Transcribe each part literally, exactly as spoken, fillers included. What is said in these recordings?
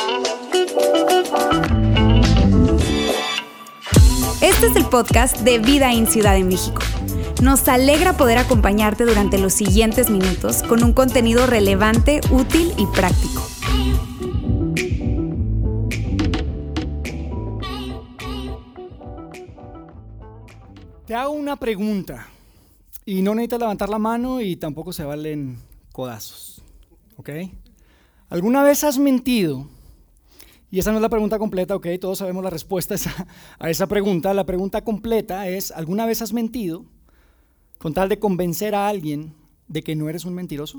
Este es el podcast de Vida en Ciudad de México. Nos alegra poder acompañarte durante los siguientes minutos con un contenido relevante, útil y práctico. Te hago una pregunta y no necesitas levantar la mano y tampoco se valen codazos, ¿ok? ¿Alguna vez has mentido? Y esa no es la pregunta completa, ¿ok? Todos sabemos la respuesta a esa, a esa pregunta. La pregunta completa es, ¿alguna vez has mentido con tal de convencer a alguien de que no eres un mentiroso?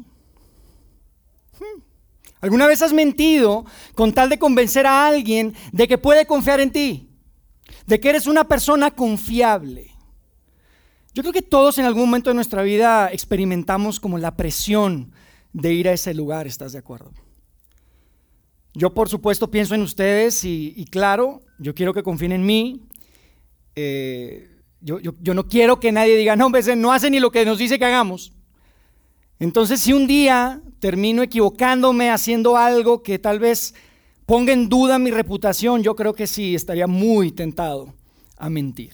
Hmm. ¿Alguna vez has mentido con tal de convencer a alguien de que puede confiar en ti? De que eres una persona confiable. Yo creo que todos en algún momento de nuestra vida experimentamos como la presión de ir a ese lugar, ¿estás de acuerdo? Yo por supuesto pienso en ustedes y, y claro, yo quiero que confíen en mí. Eh, yo, yo, yo no quiero que nadie diga, no, ese no hace ni lo que nos dice que hagamos. Entonces si un día termino equivocándome haciendo algo que tal vez ponga en duda mi reputación, yo creo que sí estaría muy tentado a mentir.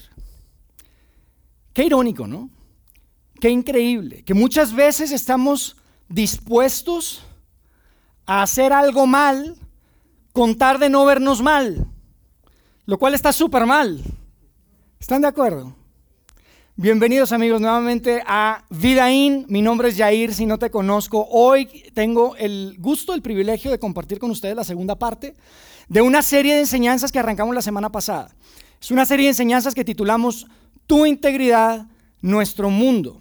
Qué irónico, ¿no? Qué increíble, que muchas veces estamos dispuestos a hacer algo mal con tal de no vernos mal, lo cual está súper mal. ¿Están de acuerdo? Bienvenidos amigos nuevamente a Vida In. Mi nombre es Yair, si no te conozco. Hoy tengo el gusto, el privilegio de compartir con ustedes la segunda parte de una serie de enseñanzas que arrancamos la semana pasada. Es una serie de enseñanzas que titulamos Tu integridad, nuestro mundo.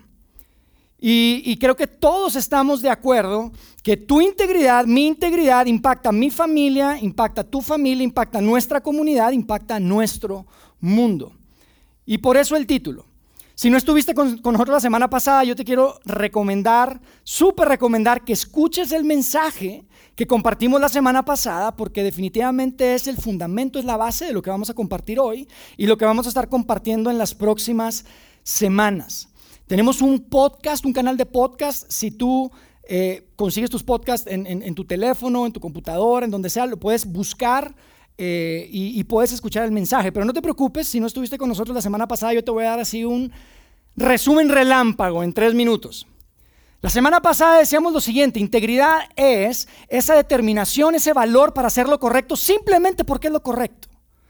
Y, y creo que todos estamos de acuerdo que tu integridad, mi integridad impacta a mi familia, impacta a tu familia, impacta a nuestra comunidad, impacta a nuestro mundo. Y por eso el título. Si no estuviste con, con nosotros la semana pasada, yo te quiero recomendar, súper recomendar que escuches el mensaje que compartimos la semana pasada, porque definitivamente es el fundamento, es la base de lo que vamos a compartir hoy y lo que vamos a estar compartiendo en las próximas semanas. Tenemos un podcast, un canal de podcast. Si tú eh, consigues tus podcasts en, en, en tu teléfono, en tu computadora, en donde sea, lo puedes buscar eh, y, y puedes escuchar el mensaje. Pero no te preocupes, si no estuviste con nosotros la semana pasada, yo te voy a dar así un resumen relámpago en tres minutos. La semana pasada decíamos lo siguiente: integridad es esa determinación, ese valor para hacer lo correcto simplemente porque es lo correcto.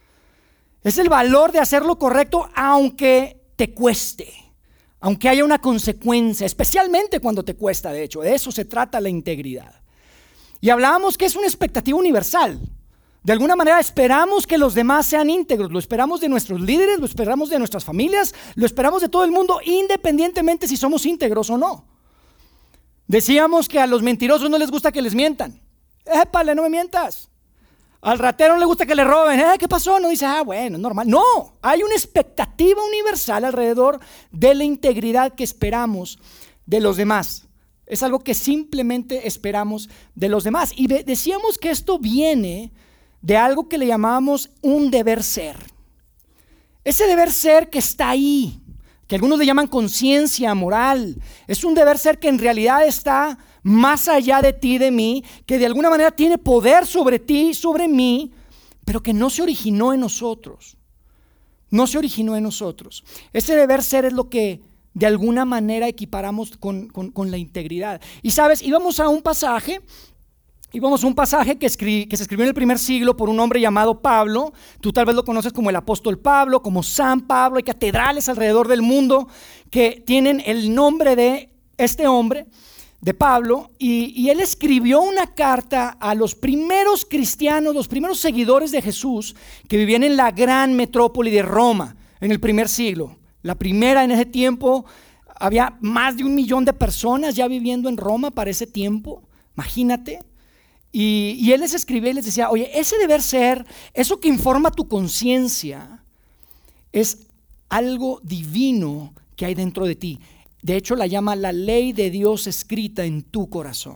Es el valor de hacer lo correcto aunque te cueste. Aunque haya una consecuencia, especialmente cuando te cuesta, de hecho, de eso se trata la integridad. Y hablábamos que es una expectativa universal. De alguna manera esperamos que los demás sean íntegros, lo esperamos de nuestros líderes, lo esperamos de nuestras familias, lo esperamos de todo el mundo, independientemente si somos íntegros o no. Decíamos que a los mentirosos no les gusta que les mientan. ¡Épale, no me mientas! Al ratero no le gusta que le roben. ¿Eh? ¿Qué pasó? No dice, ah, bueno, es normal. No, hay una expectativa universal alrededor de la integridad que esperamos de los demás. Es algo que simplemente esperamos de los demás. Y de- decíamos que esto viene de algo que le llamábamos un deber ser. Ese deber ser que está ahí, que algunos le llaman conciencia moral. Es un deber ser que en realidad está más allá de ti, de mí, que de alguna manera tiene poder sobre ti, sobre mí, pero que no se originó en nosotros. No se originó en nosotros. Ese deber ser es lo que de alguna manera equiparamos con, con, con la integridad. Y sabes, íbamos a un pasaje, íbamos a un pasaje que, escri- que se escribió en el primer siglo por un hombre llamado Pablo. Tú tal vez lo conoces como el apóstol Pablo, como San Pablo. Hay catedrales alrededor del mundo que tienen el nombre de este hombre, de Pablo, y, y él escribió una carta a los primeros cristianos, los primeros seguidores de Jesús que vivían en la gran metrópoli de Roma en el primer siglo. La primera, en ese tiempo había más de un millón de personas ya viviendo en Roma para ese tiempo, imagínate. Y, y él les escribía y les decía, oye, ese deber ser, eso que informa tu conciencia, es algo divino que hay dentro de ti. De hecho, la llama la ley de Dios escrita en tu corazón.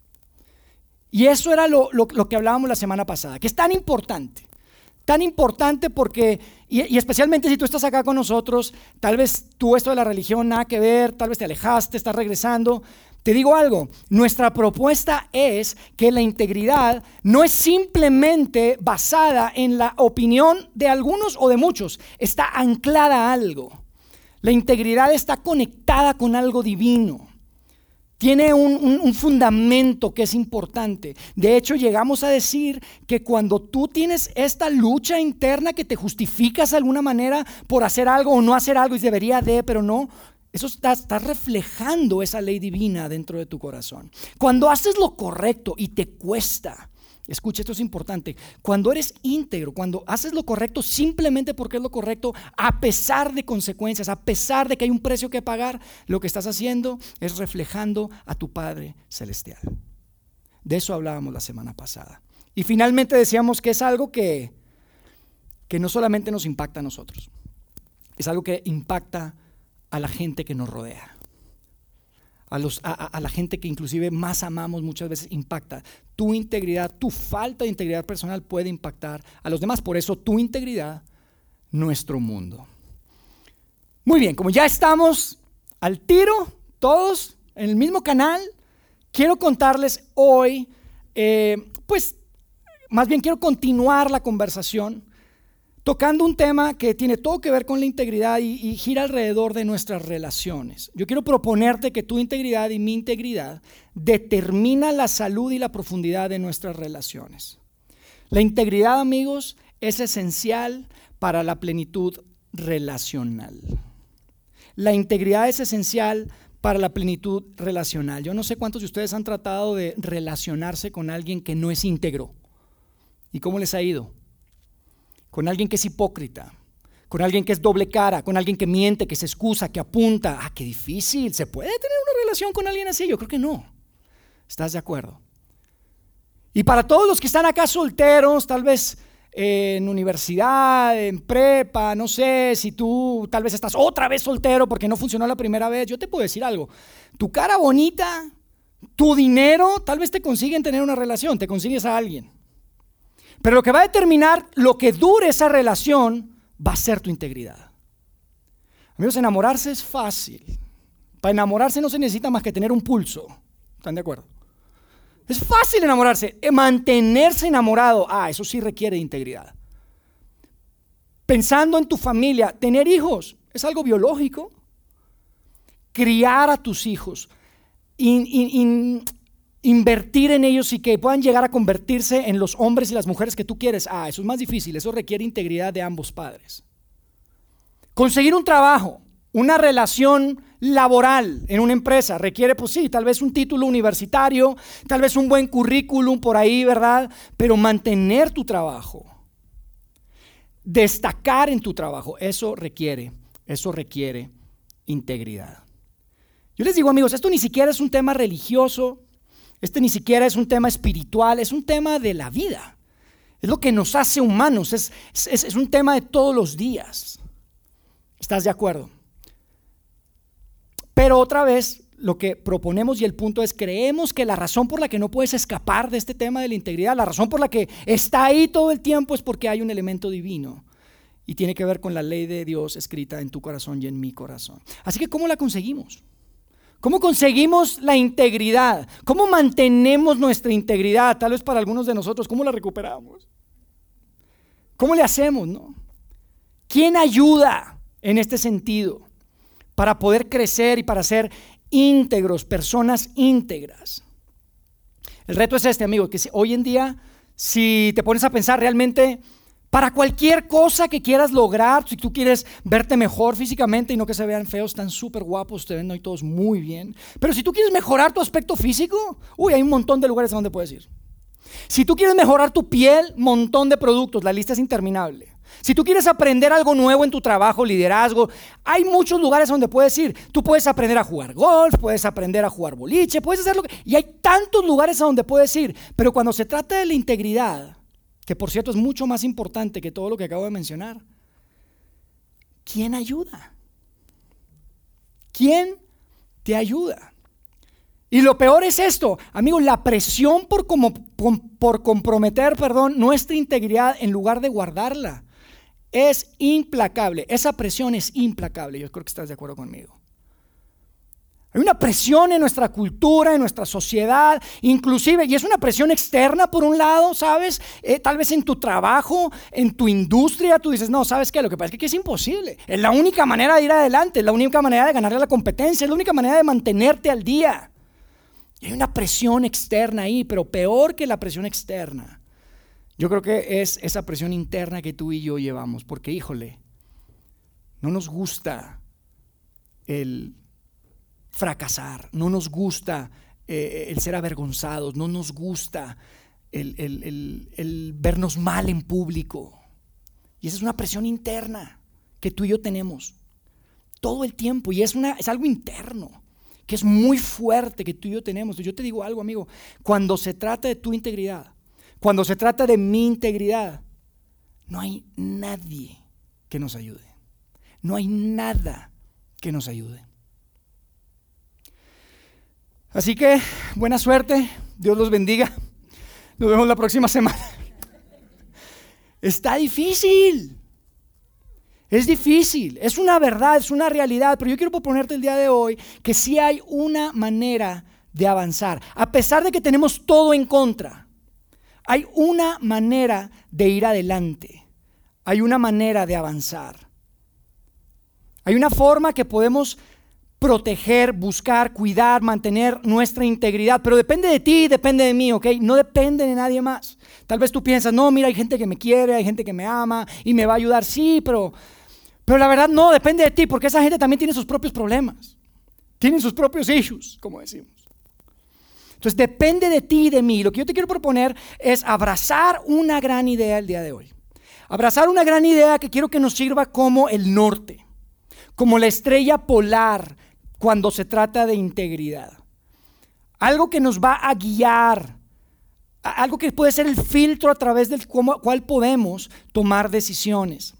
Y eso era lo, lo, lo que hablábamos la semana pasada, que es tan importante, tan importante porque, y, y especialmente si tú estás acá con nosotros, tal vez tú esto de la religión nada que ver, tal vez te alejaste, estás regresando, Te digo algo, nuestra propuesta es que la integridad no es simplemente basada en la opinión de algunos o de muchos, está anclada a algo. La integridad está conectada con algo divino. Tiene un, un, un fundamento que es importante. De hecho, llegamos a decir que cuando tú tienes esta lucha interna que te justificas de alguna manera por hacer algo o no hacer algo y debería de, pero no, eso está, está reflejando esa ley divina dentro de tu corazón. Cuando haces lo correcto y te cuesta, escucha, esto es importante, cuando eres íntegro, cuando haces lo correcto simplemente porque es lo correcto, a pesar de consecuencias, a pesar de que hay un precio que pagar, lo que estás haciendo es reflejando a tu Padre Celestial. De eso hablábamos la semana pasada. Y finalmente decíamos que es algo que, que no solamente nos impacta a nosotros, es algo que impacta a la gente que nos rodea. A, los, a, a la gente que inclusive más amamos muchas veces impacta. Tu integridad, tu falta de integridad personal puede impactar a los demás. Por eso tu integridad, nuestro mundo. Muy bien, como ya estamos al tiro, todos en el mismo canal, quiero contarles hoy, eh, pues más bien quiero continuar la conversación tocando un tema que tiene todo que ver con la integridad y, y gira alrededor de nuestras relaciones. Yo quiero proponerte que tu integridad y mi integridad determina la salud y la profundidad de nuestras relaciones. La integridad, amigos, es esencial para la plenitud relacional. La integridad es esencial para la plenitud relacional. Yo no sé cuántos de ustedes han tratado de relacionarse con alguien que no es íntegro. ¿Y cómo les ha ido? Con alguien que es hipócrita, con alguien que es doble cara, con alguien que miente, que se excusa, que apunta. Ah, qué difícil. ¿Se puede tener una relación con alguien así? Yo creo que no. ¿Estás de acuerdo? Y para todos los que están acá solteros, tal vez eh, en universidad, en prepa, no sé, si tú tal vez estás otra vez soltero porque no funcionó la primera vez, yo te puedo decir algo. Tu cara bonita, tu dinero, tal vez te consiguen tener una relación, te consigues a alguien. Pero lo que va a determinar lo que dure esa relación va a ser tu integridad. Amigos, enamorarse es fácil. Para enamorarse no se necesita más que tener un pulso. ¿Están de acuerdo? Es fácil enamorarse. Mantenerse enamorado, ah, eso sí requiere de integridad. Pensando en tu familia, tener hijos es algo biológico. Criar a tus hijos, in, in, in, invertir en ellos y que puedan llegar a convertirse en los hombres y las mujeres que tú quieres. Ah, eso es más difícil, eso requiere integridad de ambos padres. Conseguir un trabajo, una relación laboral en una empresa requiere, pues sí, tal vez un título universitario, tal vez un buen currículum por ahí, ¿verdad? Pero mantener tu trabajo, destacar en tu trabajo, eso requiere, eso requiere integridad. Yo les digo, amigos, esto ni siquiera es un tema religioso. Este ni siquiera es un tema espiritual, es un tema de la vida. Es lo que nos hace humanos, es, es, es un tema de todos los días. ¿Estás de acuerdo? Pero otra vez, lo que proponemos y el punto es, creemos que la razón por la que no puedes escapar de este tema de la integridad, la razón por la que está ahí todo el tiempo es porque hay un elemento divino. Y tiene que ver con la ley de Dios escrita en tu corazón y en mi corazón. Así que, ¿cómo la conseguimos? ¿Cómo conseguimos la integridad? ¿Cómo mantenemos nuestra integridad? Tal vez para algunos de nosotros, ¿cómo la recuperamos? ¿Cómo le hacemos, no? ¿Quién ayuda en este sentido para poder crecer y para ser íntegros, personas íntegras? El reto es este, amigo, que hoy en día, si te pones a pensar realmente, para cualquier cosa que quieras lograr, si tú quieres verte mejor físicamente y no que se vean feos, están súper guapos, te ven hoy todos muy bien. Pero si tú quieres mejorar tu aspecto físico, uy, hay un montón de lugares a donde puedes ir. Si tú quieres mejorar tu piel, montón de productos, la lista es interminable. Si tú quieres aprender algo nuevo en tu trabajo, liderazgo, hay muchos lugares a donde puedes ir. Tú puedes aprender a jugar golf, puedes aprender a jugar boliche, puedes hacer lo que... Y hay tantos lugares a donde puedes ir. Pero cuando se trata de la integridad, que por cierto es mucho más importante que todo lo que acabo de mencionar, ¿quién ayuda? ¿Quién te ayuda? Y lo peor es esto, amigos, la presión por, como, por comprometer, perdón, nuestra integridad en lugar de guardarla es implacable. Esa presión es implacable, yo creo que estás de acuerdo conmigo. Hay una presión en nuestra cultura, en nuestra sociedad, inclusive, y es una presión externa por un lado, ¿sabes? Eh, tal vez en tu trabajo, en tu industria, tú dices, no, ¿sabes qué? Lo que pasa es que aquí es imposible. Es la única manera de ir adelante, es la única manera de ganarle la competencia, es la única manera de mantenerte al día. Y hay una presión externa ahí, pero peor que la presión externa, yo creo que es esa presión interna que tú y yo llevamos, porque híjole, no nos gusta el fracasar, no nos gusta eh, el ser avergonzados, no nos gusta el, el, el, el vernos mal en público. Y esa es una presión interna que tú y yo tenemos todo el tiempo, y es, una, es algo interno que es muy fuerte que tú y yo tenemos. Yo te digo algo, amigo, cuando se trata de tu integridad, cuando se trata de mi integridad, no hay nadie que nos ayude, no hay nada que nos ayude. Así que, buena suerte, Dios los bendiga, nos vemos la próxima semana. Está difícil, es difícil, es una verdad, es una realidad, pero yo quiero proponerte el día de hoy que sí hay una manera de avanzar. A pesar de que tenemos todo en contra, hay una manera de ir adelante, hay una manera de avanzar. Hay una forma que podemos proteger, buscar, cuidar, mantener nuestra integridad, pero depende de ti, depende de mí, ¿ok? No depende de nadie más. Tal vez tú piensas, no, mira, hay gente que me quiere, hay gente que me ama y me va a ayudar, sí, pero, pero la verdad no, depende de ti, porque esa gente también tiene sus propios problemas, tienen sus propios issues, como decimos. Entonces depende de ti y de mí. Lo que yo te quiero proponer es abrazar una gran idea el día de hoy. Abrazar una gran idea que quiero que nos sirva como el norte, como la estrella polar cuando se trata de integridad. Algo que nos va a guiar, algo que puede ser el filtro a través del cual podemos tomar decisiones.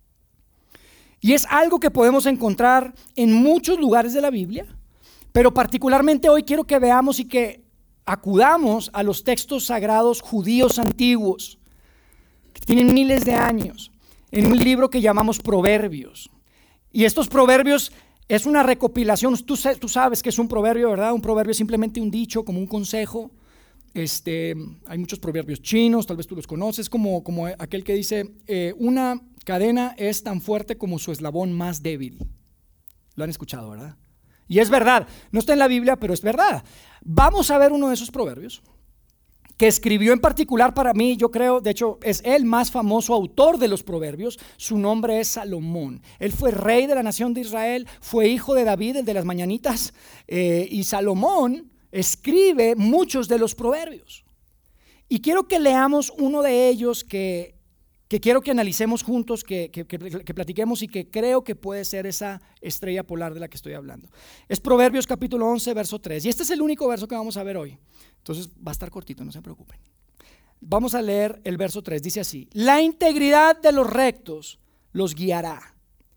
Y es algo que podemos encontrar en muchos lugares de la Biblia, pero particularmente hoy quiero que veamos y que acudamos a los textos sagrados judíos antiguos, que tienen miles de años, en un libro que llamamos Proverbios. Y estos proverbios es una recopilación, tú, tú sabes que es un proverbio, ¿verdad? Un proverbio es simplemente un dicho, como un consejo. Este, hay muchos proverbios chinos, tal vez tú los conoces, como, como aquel que dice, eh, una cadena es tan fuerte como su eslabón más débil. Lo han escuchado, ¿verdad? Y es verdad, no está en la Biblia, pero es verdad. Vamos a ver uno de esos proverbios que escribió en particular para mí, yo creo, de hecho es el más famoso autor de los proverbios. Su nombre es Salomón. Él fue rey de la nación de Israel, fue hijo de David, el de las mañanitas, eh, y Salomón escribe muchos de los proverbios. Y quiero que leamos uno de ellos que, que quiero que analicemos juntos, que, que, que, que platiquemos y que creo que puede ser esa estrella polar de la que estoy hablando. Es Proverbios capítulo once, verso tres. Y este es el único verso que vamos a ver hoy. Entonces va a estar cortito, no se preocupen. Vamos a leer el verso tres, dice así: la integridad de los rectos los guiará.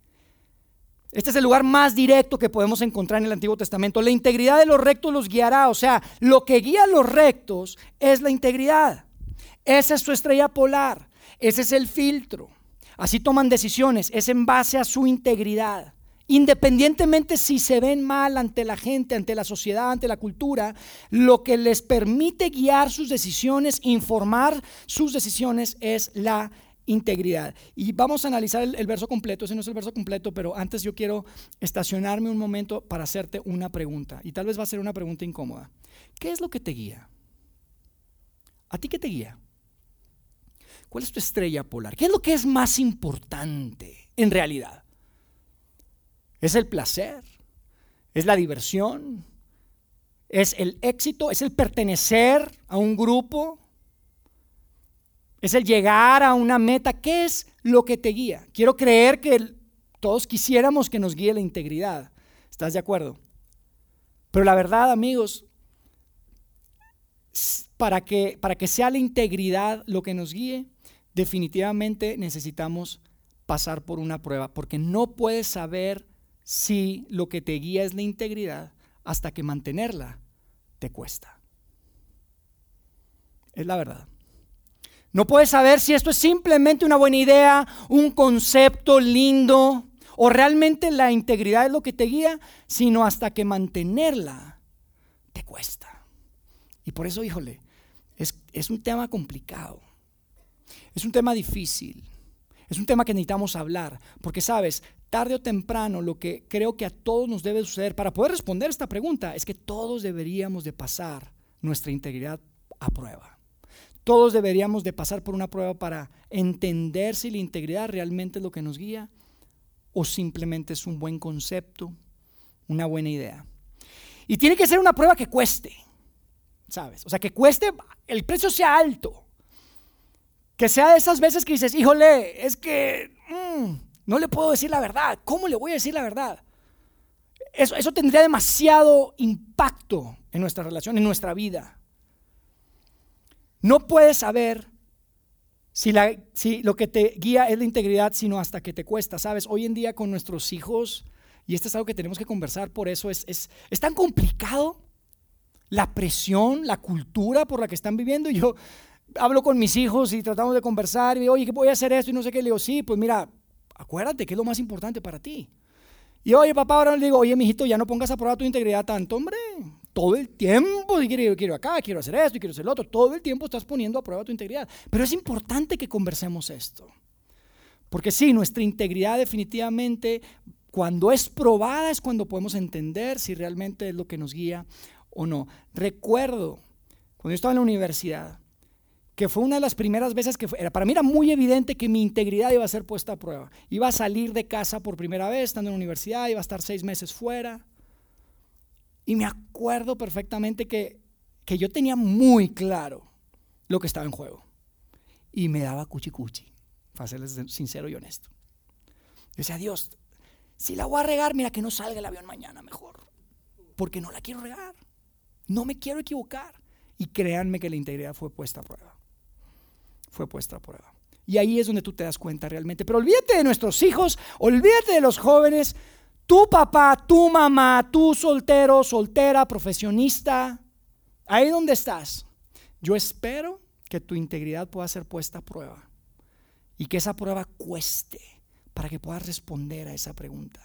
Este es el lugar más directo que podemos encontrar en el Antiguo Testamento. La integridad de los rectos los guiará, o sea, lo que guía a los rectos es la integridad. Esa es su estrella polar, ese es el filtro. Así toman decisiones, es en base a su integridad. Independientemente si se ven mal ante la gente, ante la sociedad, ante la cultura, lo que les permite guiar sus decisiones, informar sus decisiones es la integridad. Y vamos a analizar el, el verso completo. Ese no es el verso completo, pero antes yo quiero estacionarme un momento para hacerte una pregunta, y tal vez va a ser una pregunta incómoda. ¿Qué es lo que te guía? ¿A ti qué te guía? ¿Cuál es tu estrella polar? ¿Qué es lo que es más importante en realidad? ¿Es el placer? ¿Es la diversión? ¿Es el éxito? ¿Es el pertenecer a un grupo? ¿Es el llegar a una meta? ¿Qué es lo que te guía? Quiero creer que el, todos quisiéramos que nos guíe la integridad. ¿Estás de acuerdo? Pero la verdad, amigos, para que, para que sea la integridad lo que nos guíe, definitivamente necesitamos pasar por una prueba, porque no puedes saber si lo que te guía es la integridad hasta que mantenerla te cuesta. Es la verdad. No puedes saber si esto es simplemente una buena idea, un concepto lindo, o realmente la integridad es lo que te guía, sino hasta que mantenerla te cuesta. Y por eso, híjole, es, es un tema complicado, es un tema difícil, es un tema que necesitamos hablar, porque sabes, tarde o temprano lo que creo que a todos nos debe suceder para poder responder esta pregunta es que todos deberíamos de pasar nuestra integridad a prueba. Todos deberíamos de pasar por una prueba para entender si la integridad realmente es lo que nos guía o simplemente es un buen concepto, una buena idea. Y tiene que ser una prueba que cueste, ¿sabes? O sea, que cueste, el precio sea alto. Que sea de esas veces que dices, híjole, es que mmm, no le puedo decir la verdad. ¿Cómo le voy a decir la verdad? Eso, eso tendría demasiado impacto en nuestra relación, en nuestra vida. No puedes saber si, la, si lo que te guía es la integridad, sino hasta que te cuesta, ¿sabes? Hoy en día con nuestros hijos, y esto es algo que tenemos que conversar, por eso es, es, es tan complicado la presión, la cultura por la que están viviendo. Y yo hablo con mis hijos y tratamos de conversar y digo, oye, ¿qué voy a hacer esto? Y no sé qué, le digo, sí, pues mira, acuérdate que es lo más importante para ti. Y oye, papá, ahora le digo, oye, mijito, ya no pongas a prueba tu integridad tanto, hombre. Todo el tiempo, y quiero, quiero acá, quiero hacer esto y quiero hacer lo otro. Todo el tiempo estás poniendo a prueba tu integridad. Pero es importante que conversemos esto. Porque sí, nuestra integridad definitivamente, cuando es probada, es cuando podemos entender si realmente es lo que nos guía o no. Recuerdo, cuando yo estaba en la universidad, que fue una de las primeras veces que fue, era, para mí era muy evidente que mi integridad iba a ser puesta a prueba. Iba a salir de casa por primera vez, estando en la universidad, iba a estar seis meses fuera. Y me acuerdo perfectamente que, que yo tenía muy claro lo que estaba en juego. Y me daba cuchi cuchi, para serles sincero y honesto. Yo decía, Dios, si la voy a regar, mira que no salga el avión mañana mejor. Porque no la quiero regar. No me quiero equivocar. Y créanme que la integridad fue puesta a prueba. Fue puesta a prueba. Y ahí es donde tú te das cuenta realmente. Pero olvídate de nuestros hijos, olvídate de los jóvenes. Tu papá, tu mamá, tú soltero, soltera, profesionista, ahí donde estás. Yo espero que tu integridad pueda ser puesta a prueba y que esa prueba cueste para que puedas responder a esa pregunta.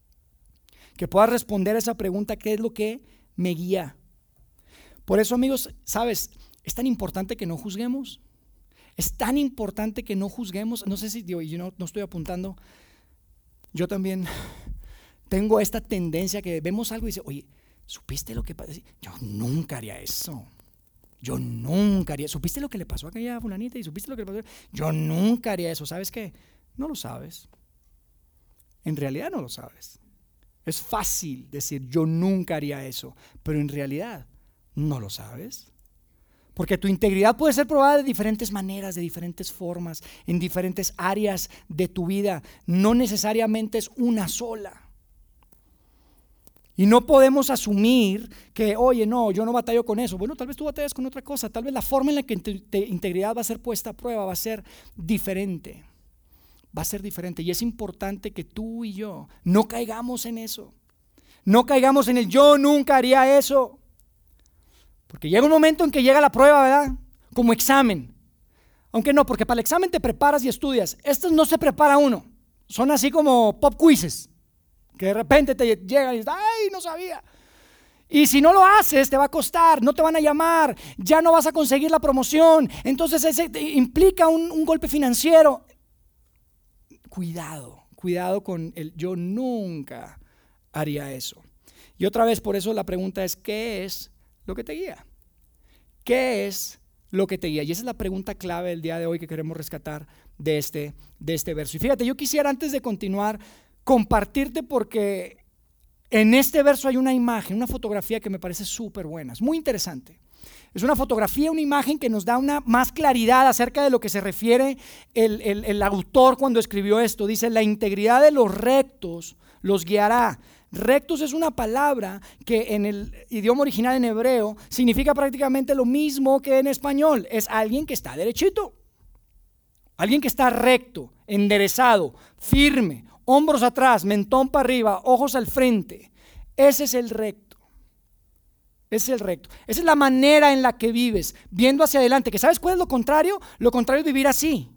Que puedas responder a esa pregunta, ¿qué es lo que me guía? Por eso, amigos, ¿sabes? Es tan importante que no juzguemos. Es tan importante que no juzguemos. No sé si, digo, yo no, no estoy apuntando. Yo también tengo esta tendencia que vemos algo y dice, oye, ¿supiste lo que pasó? Yo nunca haría eso. Yo nunca haría. ¿Supiste lo que le pasó a aquella fulanita? ¿Y supiste lo que le pasó? Yo nunca haría eso. ¿Sabes qué? No lo sabes. En realidad no lo sabes. Es fácil decir, yo nunca haría eso. Pero en realidad no lo sabes. Porque tu integridad puede ser probada de diferentes maneras, de diferentes formas, en diferentes áreas de tu vida. No necesariamente es una sola. Y no podemos asumir que, oye, no, yo no batallo con eso. Bueno, tal vez tú batallas con otra cosa. Tal vez la forma en la que tu integridad va a ser puesta a prueba va a ser diferente. Va a ser diferente. Y es importante que tú y yo no caigamos en eso. No caigamos en el yo nunca haría eso. Porque llega un momento en que llega la prueba, ¿verdad? Como examen. Aunque no, porque para el examen te preparas y estudias. Estos no se prepara uno. Son así como pop quizzes. Que de repente te llegan y dices, ¡ay, no sabía! Y si no lo haces, te va a costar, no te van a llamar, ya no vas a conseguir la promoción. Entonces ese implica un, un golpe financiero. Cuidado, cuidado con el yo nunca haría eso. Y otra vez, por eso la pregunta es, ¿qué es lo que te guía? ¿Qué es lo que te guía? Y esa es la pregunta clave del día de hoy que queremos rescatar de este, de este verso. Y fíjate, yo quisiera antes de continuar compartirte, porque en este verso hay una imagen, una fotografía que me parece súper buena, es muy interesante. Es una fotografía, una imagen que nos da una más claridad acerca de lo que se refiere el, el, el autor cuando escribió esto. Dice, la integridad de los rectos los guiará. Rectos es una palabra que en el idioma original en hebreo significa prácticamente lo mismo que en español. Es alguien que está derechito, alguien que está recto, enderezado, firme, hombros atrás, mentón para arriba, ojos al frente. Ese es el recto. Ese es el recto. Esa es la manera en la que vives, viendo hacia adelante. ¿Que sabes cuál es lo contrario? Lo contrario es vivir así,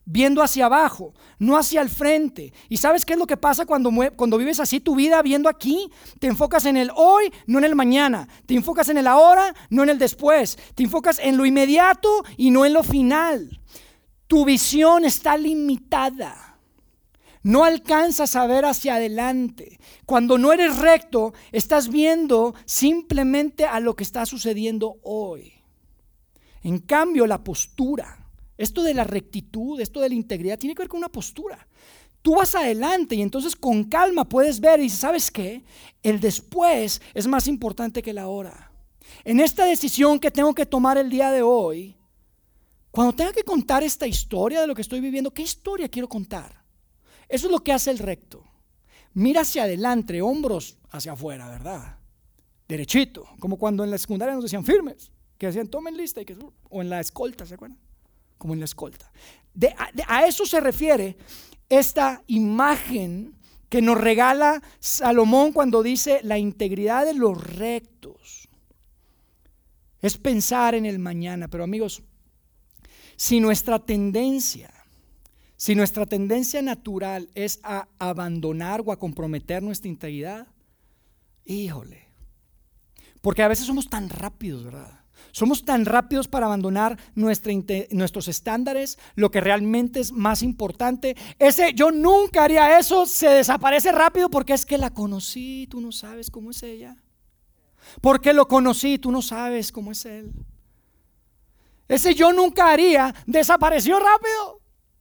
viendo hacia abajo, no hacia el frente. ¿Y sabes qué es lo que pasa cuando, cuando vives así tu vida viendo aquí? Te enfocas en el hoy, no en el mañana. Te enfocas en el ahora, no en el después. Te enfocas en lo inmediato y no en lo final. Tu visión está limitada. No alcanzas a ver hacia adelante. Cuando no eres recto, estás viendo simplemente a lo que está sucediendo hoy. En cambio, la postura, esto de la rectitud, esto de la integridad, tiene que ver con una postura. Tú vas adelante y entonces con calma puedes ver y dices, ¿sabes qué? El después es más importante que el ahora. En esta decisión que tengo que tomar el día de hoy, cuando tenga que contar esta historia de lo que estoy viviendo, ¿qué historia quiero contar? Eso es lo que hace el recto. Mira hacia adelante, hombros hacia afuera, ¿verdad? Derechito, como cuando en la secundaria nos decían firmes, que decían tomen lista, y que, o en la escolta, ¿se acuerdan? Como en la escolta. De, a, de, a eso se refiere esta imagen que nos regala Salomón cuando dice la integridad de los rectos. Es pensar en el mañana. Pero amigos, si nuestra tendencia, si nuestra tendencia natural es a abandonar o a comprometer nuestra integridad, híjole, porque a veces somos tan rápidos, ¿verdad? Somos tan rápidos para abandonar nuestra, nuestros estándares, lo que realmente es más importante. Ese yo nunca haría eso, se desaparece rápido porque es que la conocí, tú no sabes cómo es ella. Porque lo conocí, tú no sabes cómo es él. Ese yo nunca haría, desapareció rápido.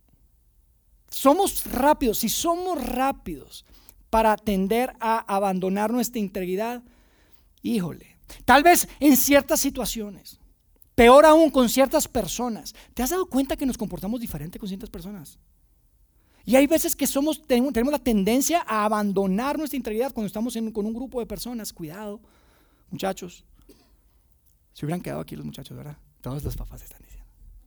Somos rápidos, si somos rápidos para tender a abandonar nuestra integridad, híjole. Tal vez en ciertas situaciones, peor aún con ciertas personas. ¿Te has dado cuenta que nos comportamos diferente con ciertas personas? Y hay veces que somos, tenemos, tenemos la tendencia a abandonar nuestra integridad cuando estamos en, con un grupo de personas. Cuidado, muchachos. Se hubieran quedado aquí los muchachos, ¿verdad? Todos los papás están diciendo.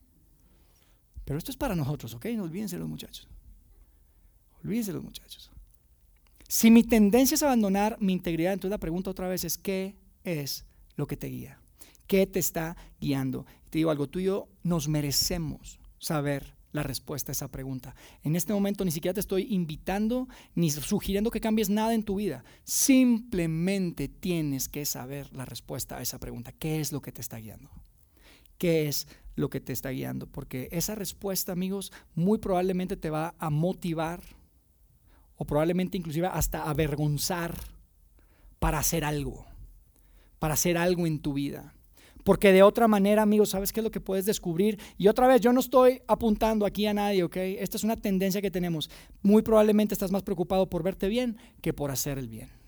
Pero esto es para nosotros, ¿ok? No olvídense los muchachos. Olvídense los muchachos. Si mi tendencia es abandonar mi integridad, entonces la pregunta otra vez es ¿qué es lo que te guía? ¿Qué te está guiando? Te digo algo, tú y yo nos merecemos saber la respuesta a esa pregunta. En este momento ni siquiera te estoy invitando ni sugiriendo que cambies nada en tu vida. Simplemente tienes que saber la respuesta a esa pregunta. ¿Qué es lo que te está guiando? ¿Qué es lo que te está guiando? Porque esa respuesta, amigos, muy probablemente te va a motivar o probablemente inclusive hasta avergonzar para hacer algo. Para hacer algo en tu vida. Porque de otra manera, amigos, ¿sabes qué es lo que puedes descubrir? Y otra vez, yo no estoy apuntando aquí a nadie, ¿ok? Esta es una tendencia que tenemos. Muy probablemente estás más preocupado por verte bien que por hacer el bien.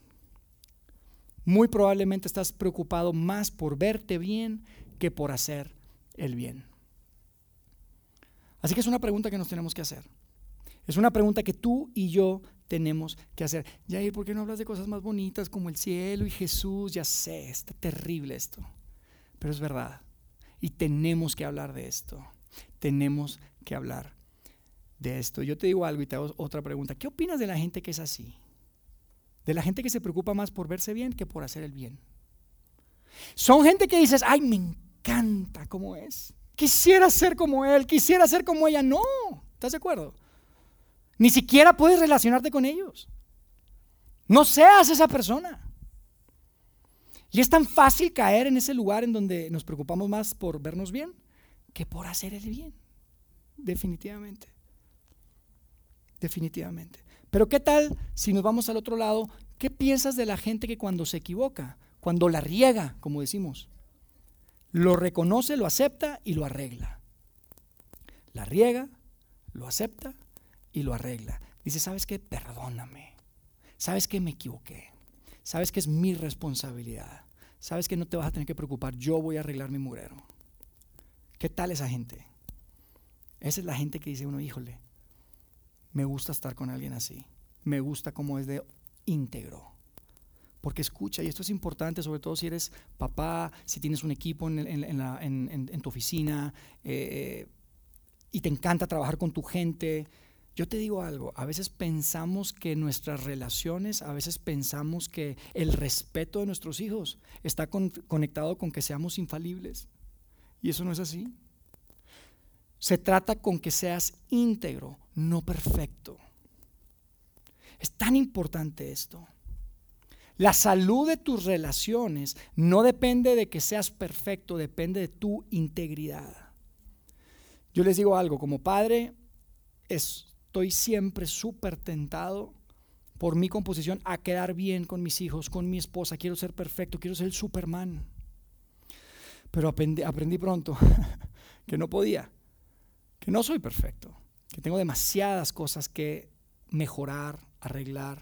Muy probablemente estás preocupado más por verte bien que por hacer el bien. Así que es una pregunta que nos tenemos que hacer. Es una pregunta que tú y yo tenemos que hacer. Yair, ¿por qué no hablas de cosas más bonitas como el cielo y Jesús? Ya sé, está terrible esto, pero es verdad. Y tenemos que hablar de esto. Tenemos que hablar de esto. Yo te digo algo y te hago otra pregunta. ¿Qué opinas de la gente que es así? De la gente que se preocupa más por verse bien que por hacer el bien. Son gente que dices, ay, me encanta cómo es. Quisiera ser como él, quisiera ser como ella. No, ¿estás de acuerdo? Ni siquiera puedes relacionarte con ellos. No seas esa persona. Y es tan fácil caer en ese lugar en donde nos preocupamos más por vernos bien que por hacer el bien. Definitivamente. Definitivamente. Pero ¿qué tal si nos vamos al otro lado? ¿Qué piensas de la gente que cuando se equivoca, cuando la riega, como decimos, lo reconoce, lo acepta y lo arregla? La riega, lo acepta y lo arregla. Dice, ¿sabes qué? Perdóname. ¿Sabes qué? Me equivoqué. ¿Sabes qué? Es mi responsabilidad. ¿Sabes qué? No te vas a tener que preocupar. Yo voy a arreglar mi mugrero. ¿Qué tal esa gente? Esa es la gente que dice uno, híjole, me gusta estar con alguien así. Me gusta cómo es de íntegro. Porque escucha, y esto es importante, sobre todo si eres papá, si tienes un equipo en, en, en, la, en, en, en tu oficina eh, y te encanta trabajar con tu gente. Yo te digo algo, a veces pensamos que nuestras relaciones, a veces pensamos que el respeto de nuestros hijos está con, conectado con que seamos infalibles. Y eso no es así. se trata con que seas íntegro, no perfecto. Es tan importante esto. La salud de tus relaciones no depende de que seas perfecto, depende de tu integridad. Yo les digo algo, como padre estoy siempre súper tentado por mi composición a quedar bien con mis hijos, con mi esposa. Quiero ser perfecto, quiero ser el Superman. Pero aprendí, aprendí pronto que no podía, que no soy perfecto, que tengo demasiadas cosas que mejorar, arreglar,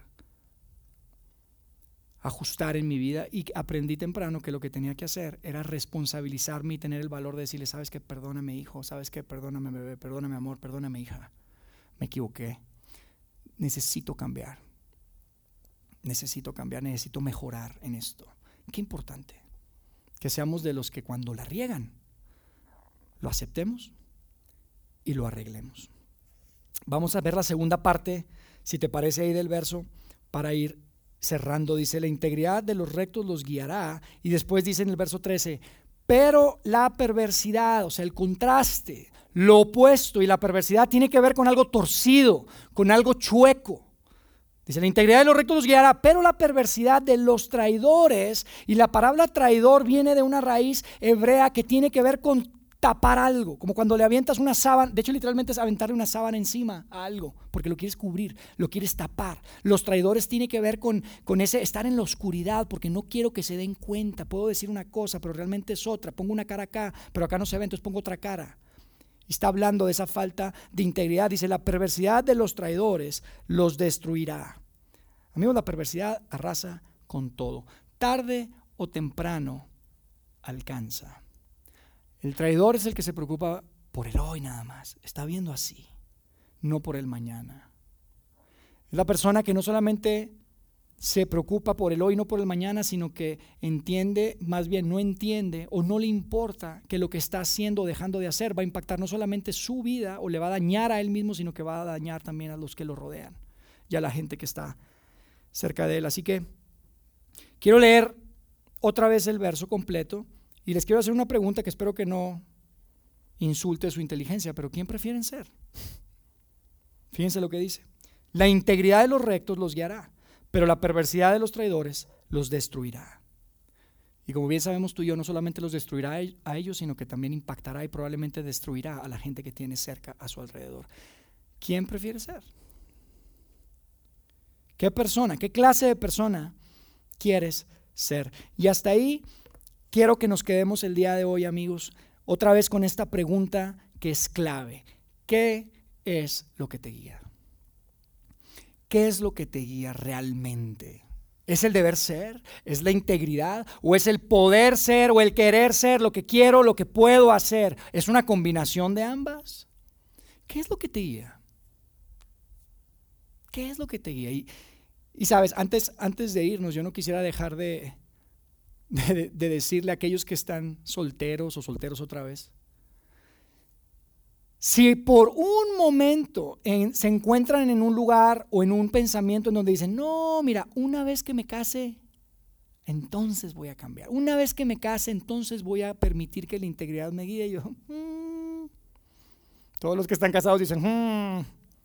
ajustar en mi vida, y aprendí temprano que lo que tenía que hacer era responsabilizarme y tener el valor de decirle, sabes que perdóname hijo, sabes que perdóname bebé, perdóname amor, perdóname hija, me equivoqué, necesito cambiar, necesito cambiar, necesito mejorar en esto. Qué importante que seamos de los que cuando la riegan lo aceptemos y lo arreglemos. Vamos a ver la segunda parte, si te parece, ahí del verso, para ir cerrando. Dice, la integridad de los rectos los guiará, y después dice en el verso trece, pero la perversidad, o sea, el contraste, lo opuesto, y la perversidad tiene que ver con algo torcido, con algo chueco. Dice, la integridad de los rectos los guiará, pero la perversidad de los traidores, y la palabra traidor viene de una raíz hebrea que tiene que ver con tapar algo, como cuando le avientas una sábana. De hecho, literalmente es aventarle una sábana encima a algo, porque lo quieres cubrir, lo quieres tapar. Los traidores tiene que ver con, con ese estar en la oscuridad, porque no quiero que se den cuenta. Puedo decir una cosa, pero realmente es otra. Pongo una cara acá, pero acá no se ve, entonces pongo otra cara. Y está hablando de esa falta de integridad. Dice, la perversidad de los traidores los destruirá. Amigos, la perversidad arrasa con todo. Tarde o temprano alcanza. El traidor es el que se preocupa por el hoy nada más. Está viendo así, no por el mañana. Es la persona que no solamente se preocupa por el hoy, no por el mañana, sino que entiende, más bien no entiende o no le importa que lo que está haciendo o dejando de hacer va a impactar no solamente su vida o le va a dañar a él mismo, sino que va a dañar también a los que lo rodean y a la gente que está cerca de él. Así que quiero leer otra vez el verso completo. Y les quiero hacer una pregunta que espero que no insulte su inteligencia, pero ¿quién prefieren ser? Fíjense lo que dice. La integridad de los rectos los guiará, pero la perversidad de los traidores los destruirá. Y como bien sabemos tú y yo, no solamente los destruirá a ellos, sino que también impactará y probablemente destruirá a la gente que tiene cerca a su alrededor. ¿Quién prefiere ser? ¿Qué persona, qué clase de persona quieres ser? Y hasta ahí quiero que nos quedemos el día de hoy, amigos, otra vez con esta pregunta que es clave. ¿Qué es lo que te guía? ¿Qué es lo que te guía realmente? ¿Es el deber ser? ¿Es la integridad? ¿O es el poder ser o el querer ser lo que quiero, lo que puedo hacer? ¿Es una combinación de ambas? ¿Qué es lo que te guía? ¿Qué es lo que te guía? Y, y sabes, antes, antes de irnos, yo no quisiera dejar de... De, de decirle a aquellos que están solteros o solteros otra vez, si por un momento en, se encuentran en un lugar o en un pensamiento en donde dicen, no, mira, una vez que me case, entonces voy a cambiar, una vez que me case, entonces voy a permitir que la integridad me guíe. Y yo, mm. Todos los que están casados dicen, mm.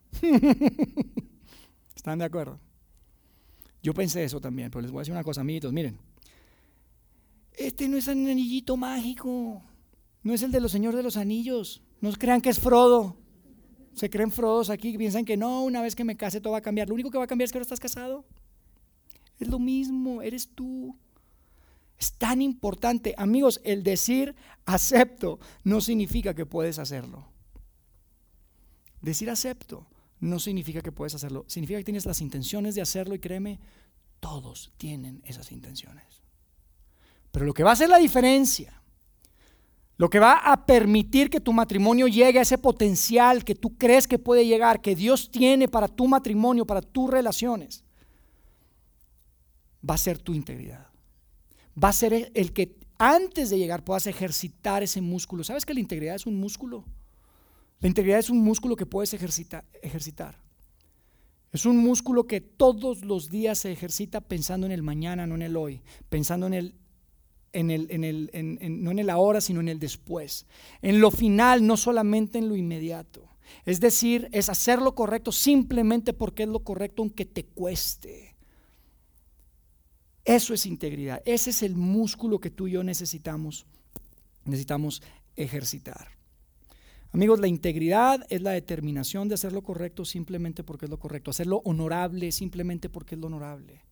¿Están de acuerdo? Yo pensé eso también, pero les voy a decir una cosa, amiguitos, miren. Este no es un anillito mágico, no es el de los Señores de los Anillos, no crean que es Frodo, se creen Frodos aquí, piensan que no, una vez que me case todo va a cambiar, lo único que va a cambiar es que ahora estás casado, es lo mismo, eres tú. Es tan importante, amigos, el decir acepto no significa que puedes hacerlo. Decir acepto no significa que puedes hacerlo, significa que tienes las intenciones de hacerlo, y créeme, todos tienen esas intenciones. Pero lo que va a hacer la diferencia, lo que va a permitir que tu matrimonio llegue a ese potencial que tú crees que puede llegar, que Dios tiene para tu matrimonio, para tus relaciones, va a ser tu integridad. Va a ser el que antes de llegar puedas ejercitar ese músculo. ¿Sabes que la integridad es un músculo? La integridad es un músculo que puedes ejercita, ejercitar. Es un músculo que todos los días se ejercita pensando en el mañana, no en el hoy, pensando en el en el, en el, en, en, no en el ahora, sino en el después. En lo final, no solamente en lo inmediato. Es decir, es hacer lo correcto simplemente porque es lo correcto, aunque te cueste. Eso es integridad. Ese es el músculo que tú y yo necesitamos, necesitamos ejercitar. Amigos, la integridad es la determinación de hacer lo correcto simplemente porque es lo correcto, hacerlo honorable simplemente porque es lo honorable,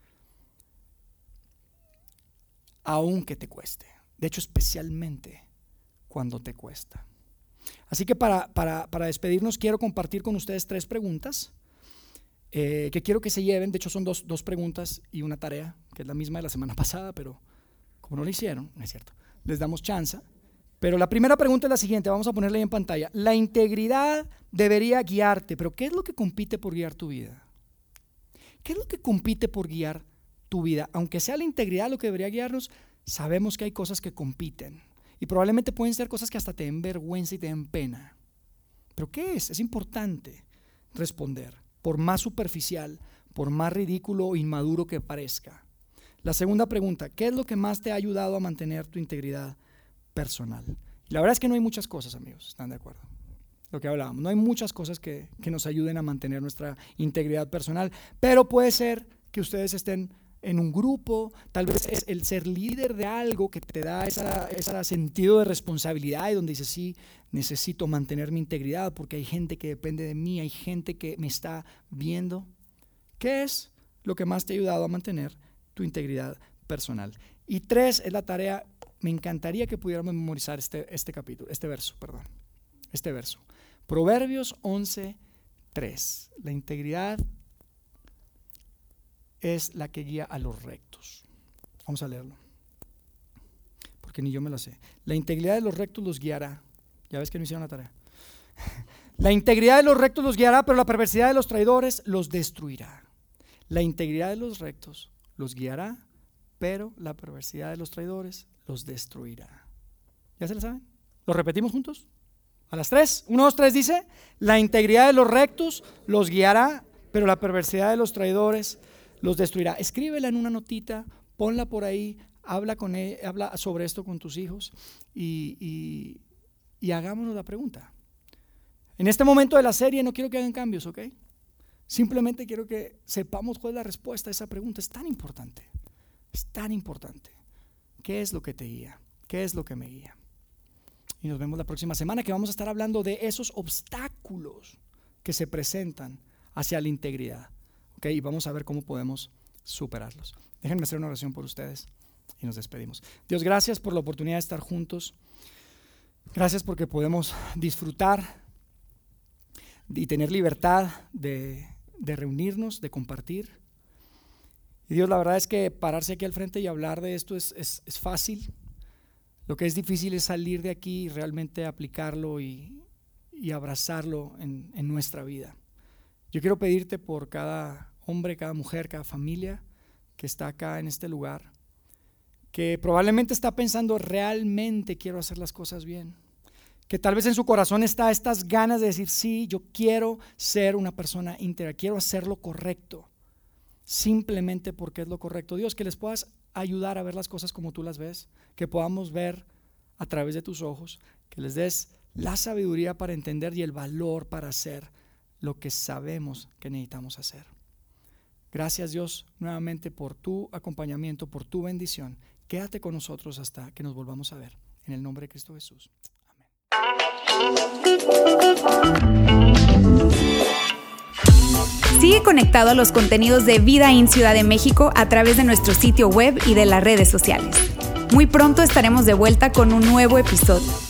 aunque te cueste. De hecho, especialmente cuando te cuesta. Así que para, para, para despedirnos quiero compartir con ustedes tres preguntas eh, que quiero que se lleven. De hecho son dos, dos preguntas y una tarea, que es la misma de la semana pasada, pero como no lo hicieron, no es cierto, les damos chance. Pero la primera pregunta es la siguiente, vamos a ponerla ahí en pantalla. La integridad debería guiarte, pero ¿qué es lo que compite por guiar tu vida? ¿Qué es lo que compite por guiar tu vida? Aunque sea la integridad lo que debería guiarnos, sabemos que hay cosas que compiten. Y probablemente pueden ser cosas que hasta te den vergüenza y te den pena. ¿Pero qué es? Es importante responder, por más superficial, por más ridículo o inmaduro que parezca. La segunda pregunta, ¿qué es lo que más te ha ayudado a mantener tu integridad personal? Y la verdad es que no hay muchas cosas, amigos, ¿están de acuerdo? Lo que hablábamos, no hay muchas cosas que, que nos ayuden a mantener nuestra integridad personal, pero puede ser que ustedes estén en un grupo, tal vez es el ser líder de algo que te da ese sentido de responsabilidad y donde dices, sí, necesito mantener mi integridad porque hay gente que depende de mí, hay gente que me está viendo. ¿Qué es lo que más te ha ayudado a mantener tu integridad personal? Y tres, es la tarea, me encantaría que pudiéramos memorizar este, este capítulo, este verso, perdón, este verso. Proverbios once, tres. La integridad es la que guía a los rectos. Vamos a leerlo, porque ni yo me lo sé. La integridad de los rectos los guiará. Ya ves que no hicieron la tarea. La integridad de los rectos los guiará, pero la perversidad de los traidores los destruirá. La integridad de los rectos los guiará, pero la perversidad de los traidores los destruirá. ¿Ya se la saben? ¿Lo repetimos juntos? A las tres. Uno, dos, tres dice, la integridad de los rectos los guiará, pero la perversidad de los traidores los destruirá. Escríbela en una notita, ponla por ahí, habla, con él, habla sobre esto con tus hijos y, y, y hagámonos la pregunta. En este momento de la serie no quiero que hagan cambios, ¿ok? Simplemente quiero que sepamos cuál es la respuesta a esa pregunta. Es tan importante, es tan importante. ¿Qué es lo que te guía? ¿Qué es lo que me guía? Y nos vemos la próxima semana, que vamos a estar hablando de esos obstáculos que se presentan hacia la integridad. Okay, y vamos a ver cómo podemos superarlos. Déjenme hacer una oración por ustedes y nos despedimos. Dios, gracias por la oportunidad de estar juntos. Gracias porque podemos disfrutar y tener libertad de, de reunirnos, de compartir. Y Dios, la verdad es que pararse aquí al frente y hablar de esto es, es, es fácil. Lo que es difícil es salir de aquí y realmente aplicarlo y, y abrazarlo en, en nuestra vida. Yo quiero pedirte por cada hombre, cada mujer, cada familia que está acá en este lugar, que probablemente está pensando, realmente quiero hacer las cosas bien, que tal vez en su corazón está estas ganas de decir, sí, yo quiero ser una persona íntegra, quiero hacer lo correcto, simplemente porque es lo correcto. Dios, que les puedas ayudar a ver las cosas como tú las ves, que podamos ver a través de tus ojos, que les des la sabiduría para entender y el valor para hacer lo que sabemos que necesitamos hacer. Gracias, Dios, nuevamente por tu acompañamiento, por tu bendición. Quédate con nosotros hasta que nos volvamos a ver. En el nombre de Cristo Jesús. Amén. Sigue conectado a los contenidos de Vida en Ciudad de México a través de nuestro sitio web y de las redes sociales. Muy pronto estaremos de vuelta con un nuevo episodio.